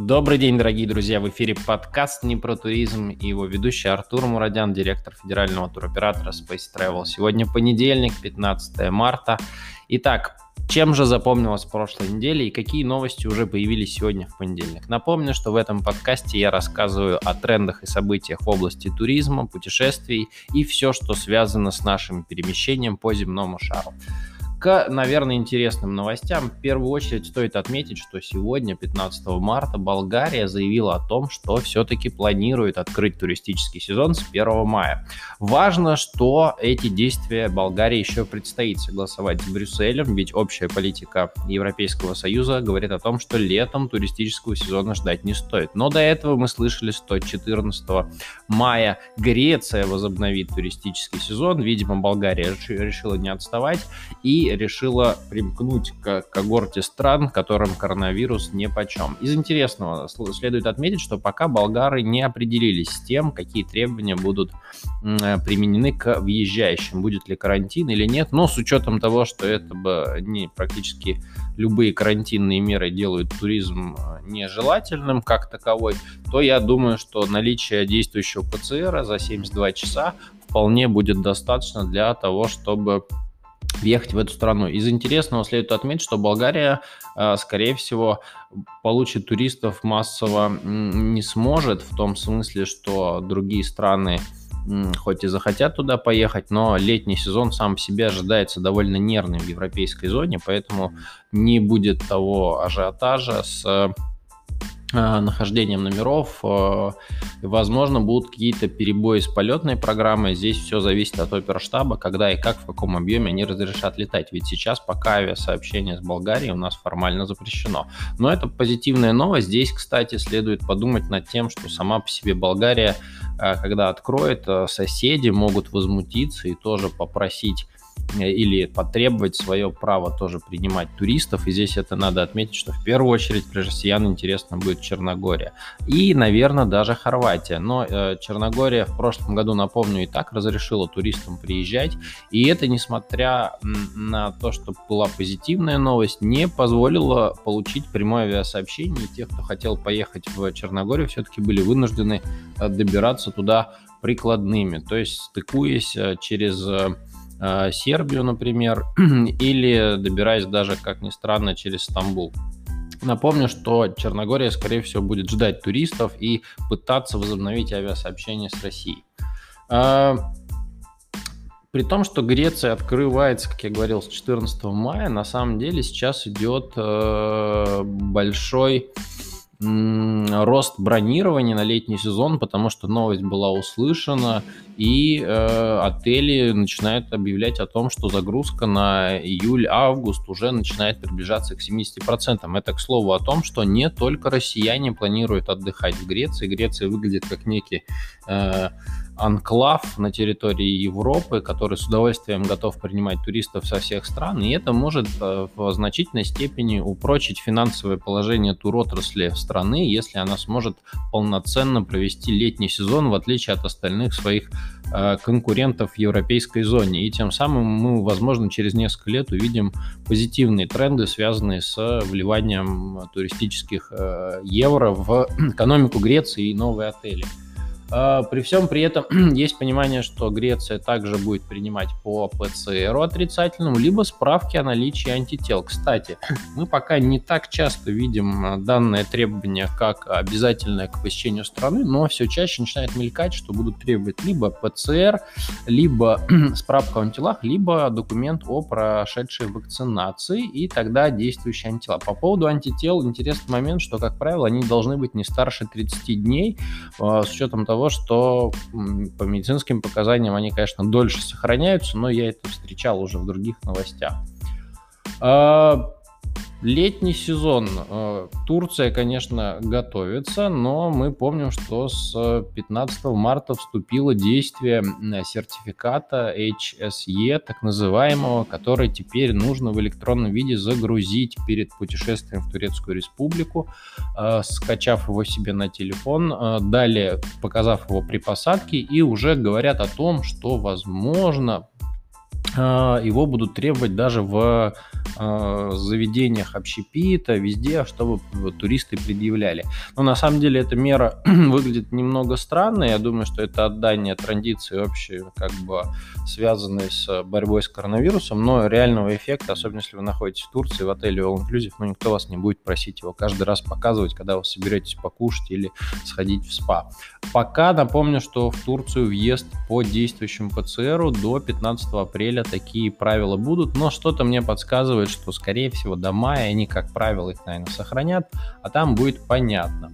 Добрый день, дорогие друзья! В эфире подкаст «Не про туризм» и его ведущий Артур Мурадян, директор федерального туроператора Space Travel. Сегодня понедельник, 15 марта. Итак, чем же запомнилась прошлой неделя и какие новости уже появились сегодня в понедельник? Напомню, что в этом подкасте я рассказываю о трендах и событиях в области туризма, путешествий и все, что связано с нашим перемещением по земному шару. К, наверное, интересным новостям. В первую очередь стоит отметить, что сегодня, 15 марта, Болгария заявила о том, что все-таки планирует открыть туристический сезон с 1 мая. Важно, что эти действия Болгарии еще предстоит согласовать с Брюсселем, ведь общая политика Европейского Союза говорит о том, что летом туристического сезона ждать не стоит. Но до этого мы слышали, что 14 мая Греция возобновит туристический сезон. Видимо, Болгария решила не отставать и решила примкнуть к когорте стран, которым коронавирус нипочем. Из интересного следует отметить, что пока болгары не определились с тем, какие требования будут применены к въезжающим, будет ли карантин или нет, но с учетом того, что это практически любые карантинные меры делают туризм нежелательным как таковой, то я думаю, что наличие действующего ПЦР за 72 часа вполне будет достаточно для того, чтобы въехать в эту страну. Из интересного следует отметить, что Болгария, скорее всего, получит туристов массово не сможет, в том смысле, что другие страны хоть и захотят туда поехать, но летний сезон сам по себе ожидается довольно нервным в европейской зоне, поэтому не будет того ажиотажа с нахождением номеров. Возможно, будут какие-то перебои с полетной программой. Здесь все зависит от оперштаба, когда и как, в каком объеме они разрешат летать. Ведь сейчас пока авиасообщение с Болгарией у нас формально запрещено. Но это позитивная новость. Здесь, кстати, следует подумать над тем, что сама по себе Болгария, когда откроет, соседи могут возмутиться и тоже попросить или потребовать свое право тоже принимать туристов. И здесь это надо отметить, что в первую очередь для россиян интересно будет Черногория. И, наверное, даже Хорватия. Но Черногория в прошлом году, напомню, и так разрешила туристам приезжать. И это, несмотря на то, что была позитивная новость, не позволило получить прямое авиасообщение. И те, кто хотел поехать в Черногорию, все-таки были вынуждены добираться туда прикладными. То есть стыкуясь через Сербию, например, или добираясь даже, как ни странно, через Стамбул. Напомню, что Черногория, скорее всего, будет ждать туристов и пытаться возобновить авиасообщение с Россией. При том, что Греция открывается, как я говорил, с 14 мая, на самом деле сейчас идет большой рост бронирования на летний сезон, потому что новость была услышана, и отели начинают объявлять о том, что загрузка на июль-август уже начинает приближаться к 70%. Это, к слову, о том, что не только россияне планируют отдыхать в Греции. Греция выглядит как некий анклав на территории Европы, который с удовольствием готов принимать туристов со всех стран, и это может в значительной степени упрочить финансовое положение туротрасли страны, если она сможет полноценно провести летний сезон, в отличие от остальных своих конкурентов в европейской зоне. И тем самым мы, возможно, через несколько лет увидим позитивные тренды, связанные с вливанием туристических евро в экономику Греции и новые отели. При всем при этом есть понимание, что Греция также будет принимать по ПЦР отрицательному, либо справки о наличии антител. Кстати, мы пока не так часто видим данное требование как обязательное к посещению страны, но все чаще начинает мелькать, что будут требовать либо ПЦР, либо справку о антителах, либо документ о прошедшей вакцинации, и тогда действующие антитела. По поводу антител интересный момент, что, как правило, они должны быть не старше 30 дней, с учетом того, что по медицинским показаниям они, конечно, дольше сохраняются, но я это встречал уже в других новостях. Летний сезон. Турция, конечно, готовится, но мы помним, что с 15 марта вступило действие сертификата HSE, так называемого, который теперь нужно в электронном виде загрузить перед путешествием в Турецкую Республику, скачав его себе на телефон, далее показав его при посадке, и уже говорят о том, что, возможно, его будут требовать даже в заведениях общепита, везде, чтобы туристы предъявляли. Но на самом деле эта мера выглядит немного странно. Я думаю, что это отдание традиции общей, как бы связанной с борьбой с коронавирусом, но реального эффекта, особенно если вы находитесь в Турции, в отеле All Inclusive, никто вас не будет просить его каждый раз показывать, когда вы соберетесь покушать или сходить в спа. Пока напомню, что в Турцию въезд по действующему ПЦРу до 15 апреля такие правила будут, но что-то мне подсказывает, что, скорее всего, до мая они, как правило, их, наверное, сохранят, а там будет понятно.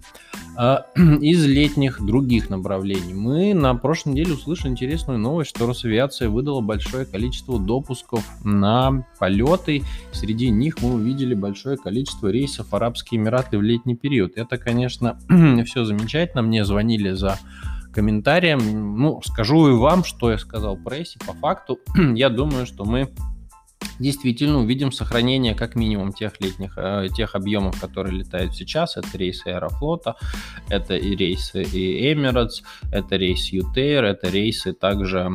Из летних других направлений мы на прошлой неделе услышали интересную новость, что Росавиация выдала большое количество допусков на полеты. Среди них мы увидели большое количество рейсов в Арабские Эмираты в летний период. Это, конечно, все замечательно. Мне звонили за комментарием. Ну, скажу и вам, что я сказал прессе. По факту, я думаю, что мы действительно увидим сохранение как минимум тех объемов, которые летают сейчас. Это рейсы Аэрофлота, это и рейсы и Emirates, это рейс Ютейр, это рейсы также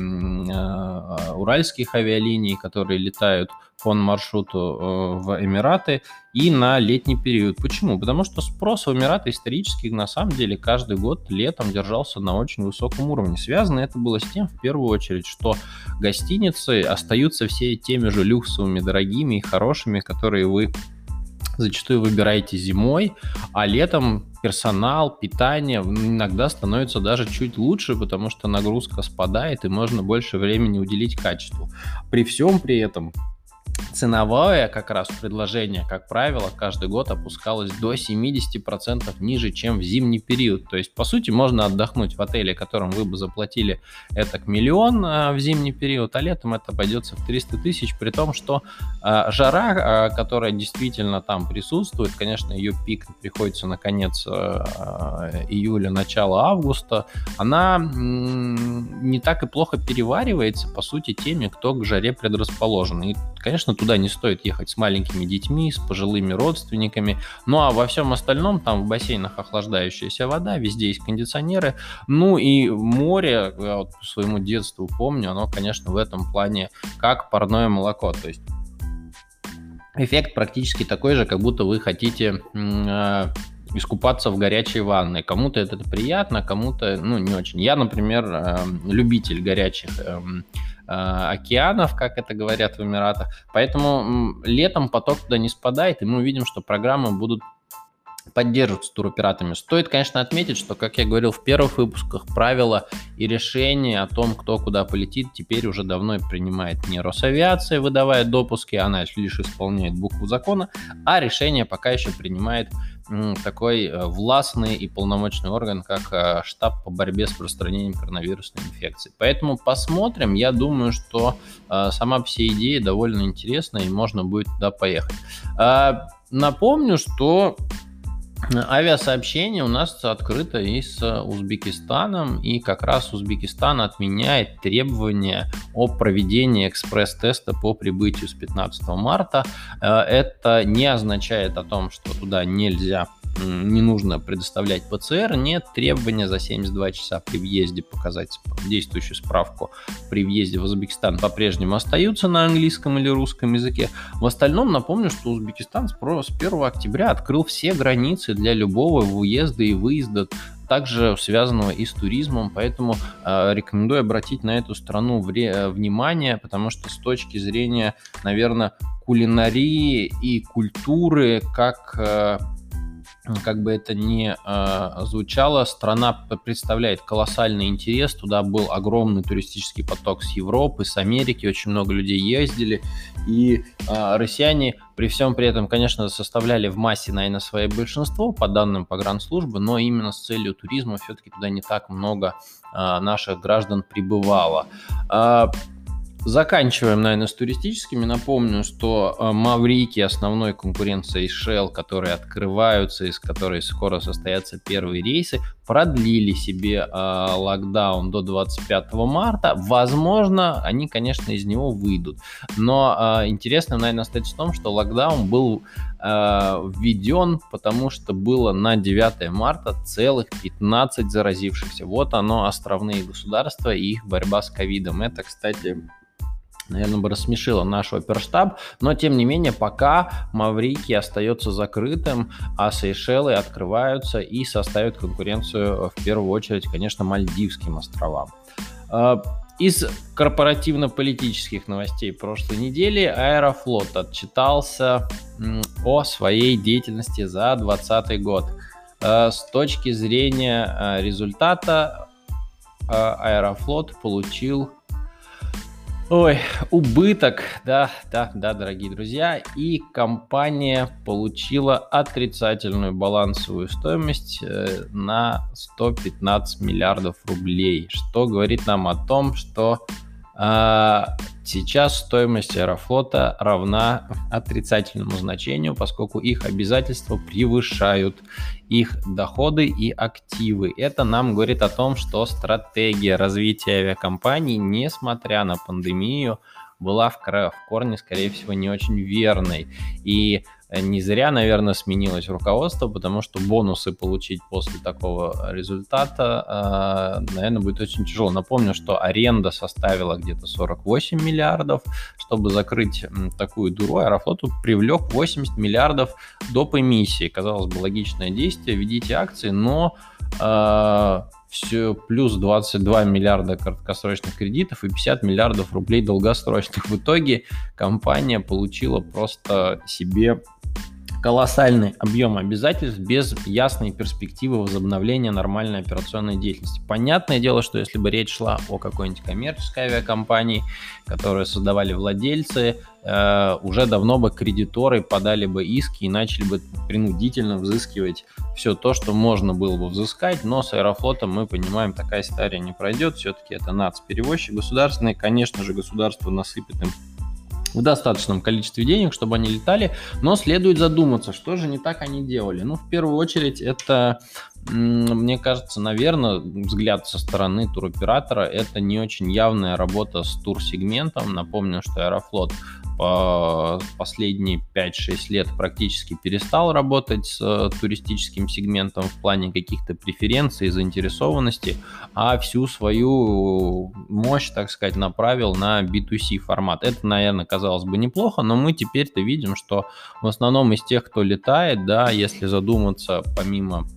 уральских авиалиний, которые летают по маршруту в Эмираты и на летний период. Почему? Потому что спрос в Эмираты исторически, на самом деле, каждый год летом держался на очень высоком уровне. Связано это было с тем, в первую очередь, что гостиницы остаются все теми же люксовыми, дорогими и хорошими, которые вы зачастую выбираете зимой, а летом персонал, питание иногда становится даже чуть лучше, потому что нагрузка спадает и можно больше времени уделить качеству. При всем при этом ценовое как раз предложение, как правило, каждый год опускалось до 70% ниже, чем в зимний период. То есть, по сути, можно отдохнуть в отеле, которым вы бы заплатили это к миллион в зимний период, а летом это обойдется в 300 тысяч, при том, что жара, которая действительно там присутствует, конечно, ее пик приходится на конец июля, начало августа, она не так и плохо переваривается, по сути, теми, кто к жаре предрасположен. И, конечно, туда не стоит ехать с маленькими детьми, с пожилыми родственниками. Ну а во всем остальном, там в бассейнах охлаждающаяся вода, везде есть кондиционеры. Ну и море, я вот по своему детству помню, оно, конечно, в этом плане как парное молоко. То есть эффект практически такой же, как будто вы хотите искупаться в горячей ванной. Кому-то это приятно, кому-то не очень. Я, например, любитель горячих океанов, как это говорят в Эмиратах. Поэтому летом поток туда не спадает, и мы увидим, что программы будут поддерживаться туроператорами. Стоит, конечно, отметить, что, как я говорил в первых выпусках, правила и решения о том, кто куда полетит, теперь уже давно принимает не Росавиация, выдавая допуски, она лишь исполняет букву закона, а решение пока еще принимает такой властный и полномочный орган, как штаб по борьбе с распространением коронавирусной инфекции. Поэтому посмотрим. Я думаю, что сама вся идея довольно интересная, и можно будет туда поехать. Напомню, что авиасообщение у нас открыто и с Узбекистаном, и как раз Узбекистан отменяет требования о проведении экспресс-теста по прибытию с 15 марта. Это не означает о том, что туда не нужно предоставлять ПЦР, нет, требования за 72 часа при въезде показать действующую справку при въезде в Узбекистан по-прежнему остаются на английском или русском языке. В остальном напомню, что Узбекистан с 1 октября открыл все границы для любого въезда и выезда, также связанного и с туризмом, поэтому рекомендую обратить на эту страну внимание, потому что с точки зрения, наверное, кулинарии и культуры, как бы это ни звучало, страна представляет колоссальный интерес. Туда был огромный туристический поток с Европы, с Америки, очень много людей ездили. И россияне при всем при этом, конечно, составляли в массе, наверное, свое большинство, по данным погранслужбы, но именно с целью туризма все-таки туда не так много наших граждан прибывало. Заканчиваем, наверное, с туристическими. Напомню, что Маврикий, основной конкурент Сейшел, которые открываются, из которой скоро состоятся первые рейсы, продлили себе локдаун до 25 марта. Возможно, они, конечно, из него выйдут. Но интересно, наверное, остается в том, что локдаун был введен, потому что было на 9 марта целых 15 заразившихся. Вот оно, островные государства и их борьба с ковидом. Это, кстати, наверное, бы рассмешило наш оперштаб, но, тем не менее, пока Маврикий остается закрытым, а Сейшелы открываются и составят конкуренцию, в первую очередь, конечно, Мальдивским островам. Из корпоративно-политических новостей прошлой недели Аэрофлот отчитался о своей деятельности за 2020 год. С точки зрения результата Аэрофлот получил убыток, да, дорогие друзья, и компания получила отрицательную балансовую стоимость на 115 миллиардов рублей, что говорит нам о том, что сейчас стоимость Аэрофлота равна отрицательному значению, поскольку их обязательства превышают их доходы и активы. Это нам говорит о том, что стратегия развития авиакомпаний, несмотря на пандемию, была в корне, скорее всего, не очень верной. И не зря, наверное, сменилось руководство, потому что бонусы получить после такого результата, наверное, будет очень тяжело. Напомню, что аренда составила где-то 48 миллиардов. Чтобы закрыть такую дыру, Аэрофлот привлек 80 миллиардов доп. Эмиссии. Казалось бы, логичное действие, введите акции, но все плюс 22 миллиарда краткосрочных кредитов и 50 миллиардов рублей долгосрочных. В итоге компания получила просто себе колоссальный объем обязательств без ясной перспективы возобновления нормальной операционной деятельности. Понятное дело, что если бы речь шла о какой-нибудь коммерческой авиакомпании, которую создавали владельцы, уже давно бы кредиторы подали бы иски и начали бы принудительно взыскивать все то, что можно было бы взыскать, но с Аэрофлотом, мы понимаем, такая история не пройдет, все-таки это нацперевозчик государственный, конечно же, государство насыпет им в достаточном количестве денег, чтобы они летали, но следует задуматься, что же не так они делали. Ну, в первую очередь, это, мне кажется, наверное, взгляд со стороны туроператора, это не очень явная работа с турсегментом. Напомню, что Аэрофлот последние 5-6 лет практически перестал работать с туристическим сегментом в плане каких-то преференций, заинтересованности, а всю свою мощь, так сказать, направил на B2C формат. Это, наверное, казалось бы неплохо, но мы теперь-то видим, что в основном из тех, кто летает, да, если задуматься, помимо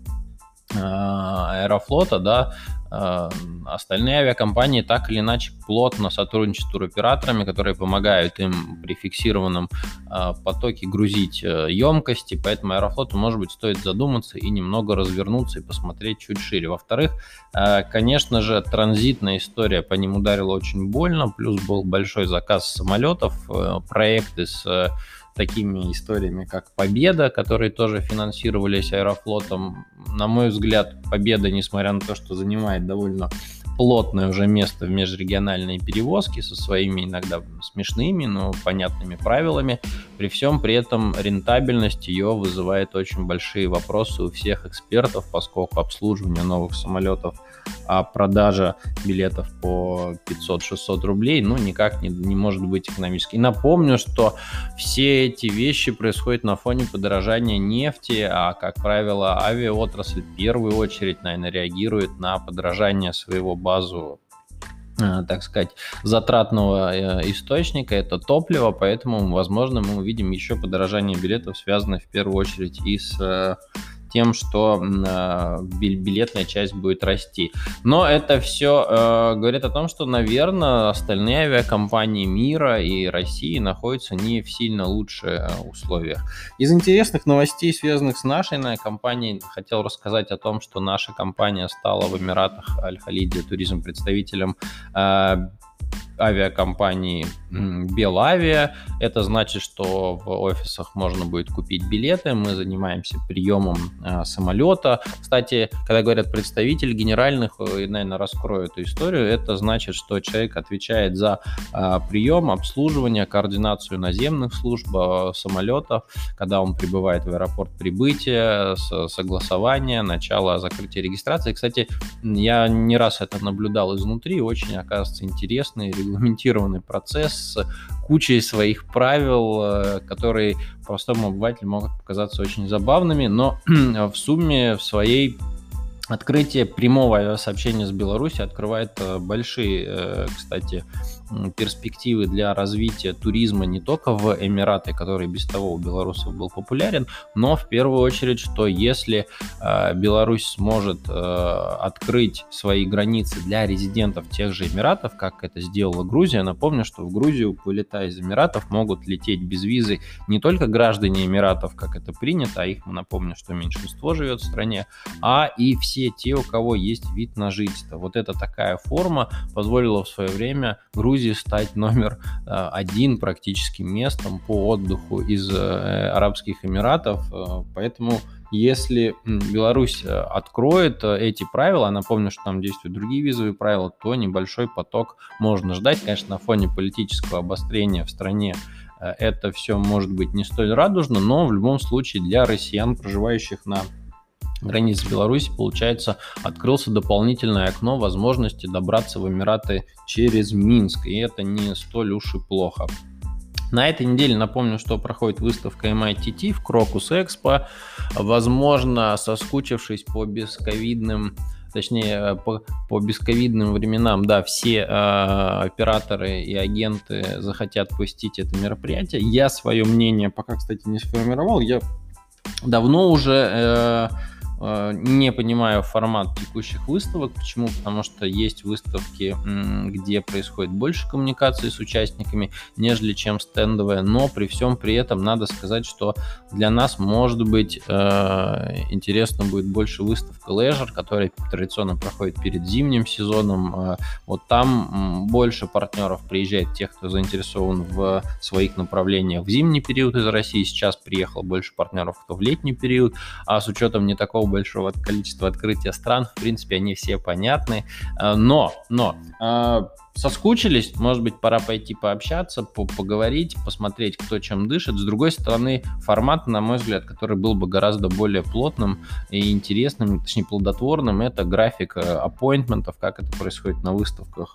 Аэрофлота, да, остальные авиакомпании так или иначе плотно сотрудничают с туроператорами, которые помогают им при фиксированном потоке грузить емкости, поэтому Аэрофлоту, может быть, стоит задуматься и немного развернуться и посмотреть чуть шире. Во-вторых, конечно же, транзитная история по ним ударила очень больно, плюс был большой заказ самолетов, проекты с такими историями, как Победа, которые тоже финансировались Аэрофлотом. На мой взгляд, Победа, несмотря на то, что занимает довольно плотное уже место в межрегиональной перевозке со своими иногда смешными, но понятными правилами, при всем при этом рентабельность ее вызывает очень большие вопросы у всех экспертов, поскольку обслуживание новых самолетов, а продажа билетов по 500-600 рублей, ну, никак не может быть экономически. И напомню, что все эти вещи происходят на фоне подорожания нефти, а, как правило, авиаотрасль в первую очередь, наверное, реагирует на подорожание своего базового, так сказать, затратного источника, это топливо, поэтому, возможно, мы увидим еще подорожание билетов, связанное в первую очередь и с тем, что билетная часть будет расти. Но это все говорит о том, что, наверное, остальные авиакомпании мира и России находятся не в сильно лучших условиях. Из интересных новостей, связанных с нашей компанией, хотел рассказать о том, что наша компания стала в Эмиратах Аль-Халидия туризм представителем авиакомпании Белавиа. Это значит, что в офисах можно будет купить билеты. Мы занимаемся приемом самолета. Кстати, когда говорят представитель генеральных, наверное, раскрою эту историю, это значит, что человек отвечает за прием, обслуживание, координацию наземных служб самолета, когда он прибывает в аэропорт прибытия, согласование, начало закрытия регистрации. Кстати, я не раз это наблюдал изнутри, очень, оказывается, интересный регламентированный процесс с кучей своих правил, которые простому обывателю могут показаться очень забавными, но в сумме в своей открытие прямого авиасообщения с Беларусью открывает большие, кстати, перспективы для развития туризма не только в Эмираты, который без того у белорусов был популярен, но в первую очередь, что если Беларусь сможет открыть свои границы для резидентов тех же Эмиратов, как это сделала Грузия. Напомню, что в Грузию, вылетая из Эмиратов, могут лететь без визы не только граждане Эмиратов, как это принято, а их, напомню, что меньшинство живет в стране, а и все те, у кого есть вид на жительство. Вот эта такая форма позволила в свое время Грузии стать номер один практически местом по отдыху из Арабских Эмиратов, поэтому если Беларусь откроет эти правила, напомню, что там действуют другие визовые правила, то небольшой поток можно ждать. Конечно, на фоне политического обострения в стране это все может быть не столь радужно, но в любом случае для россиян, проживающих на границе Беларуси, получается, открылся дополнительное окно возможности добраться в Эмираты через Минск, и это не столь уж и плохо. На этой неделе, напомню, что проходит выставка MITT в Крокус Экспо. Возможно, соскучившись по бесковидным, точнее, по бесковидным временам, да, все операторы и агенты захотят посетить это мероприятие. Я свое мнение пока, кстати, не сформировал. Я давно уже не понимаю формат текущих выставок. Почему? Потому что есть выставки, где происходит больше коммуникации с участниками, нежели чем стендовая, но при всем при этом надо сказать, что для нас, может быть, интересно будет больше выставка Leisure, которая традиционно проходит перед зимним сезоном. Вот там больше партнеров приезжает, тех, кто заинтересован в своих направлениях в зимний период из России. Сейчас приехало больше партнеров, кто в летний период, а с учетом не такого большого количества открытия стран, в принципе, они все понятны. Но соскучились, может быть, пора пойти пообщаться, поговорить, посмотреть, кто чем дышит. С другой стороны, формат, на мой взгляд, который был бы гораздо более плотным и интересным, точнее, плодотворным, это график аппоинтментов, как это происходит на выставках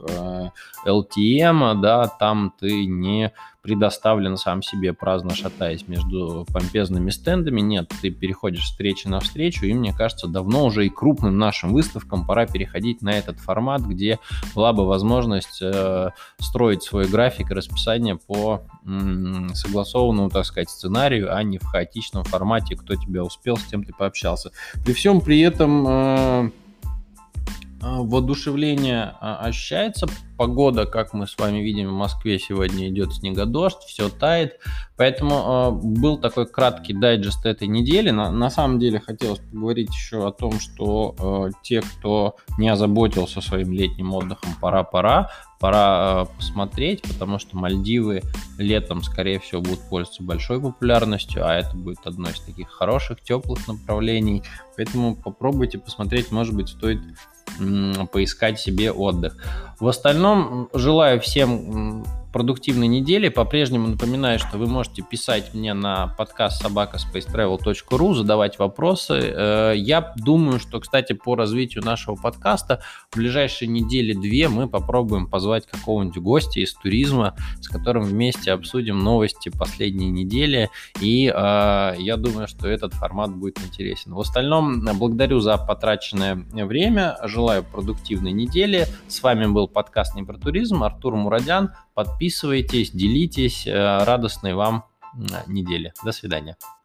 LTM, да, там ты не предоставлен сам себе, праздно шатаясь между помпезными стендами. Нет, ты переходишь встречи на встречу, и мне кажется, давно уже и крупным нашим выставкам пора переходить на этот формат, где была бы возможность строить свой график и расписание по согласованному, так сказать, сценарию, а не в хаотичном формате, кто тебя успел, с тем ты пообщался. При всем при этом воодушевление ощущается. Погода, как мы с вами видим, в Москве сегодня идет снегодождь, все тает. Поэтому был такой краткий дайджест этой недели. На самом деле хотелось поговорить еще о том, что те, кто не озаботился своим летним отдыхом, пора посмотреть, потому что Мальдивы летом, скорее всего, будут пользоваться большой популярностью, а это будет одно из таких хороших, теплых направлений. Поэтому попробуйте посмотреть, может быть, стоит поискать себе отдых. В остальном желаю всем продуктивной недели. По-прежнему напоминаю, что вы можете писать мне на подкаст @spacetravel.ru, задавать вопросы. Я думаю, что, кстати, по развитию нашего подкаста в ближайшие недели-две мы попробуем позвать какого-нибудь гостя из туризма, с которым вместе обсудим новости последней недели. И я думаю, что этот формат будет интересен. В остальном, благодарю за потраченное время. Желаю продуктивной недели. С вами был подкаст «Не про туризм». Артур Мурадян. Подписывайтесь, делитесь. Радостной вам недели. До свидания.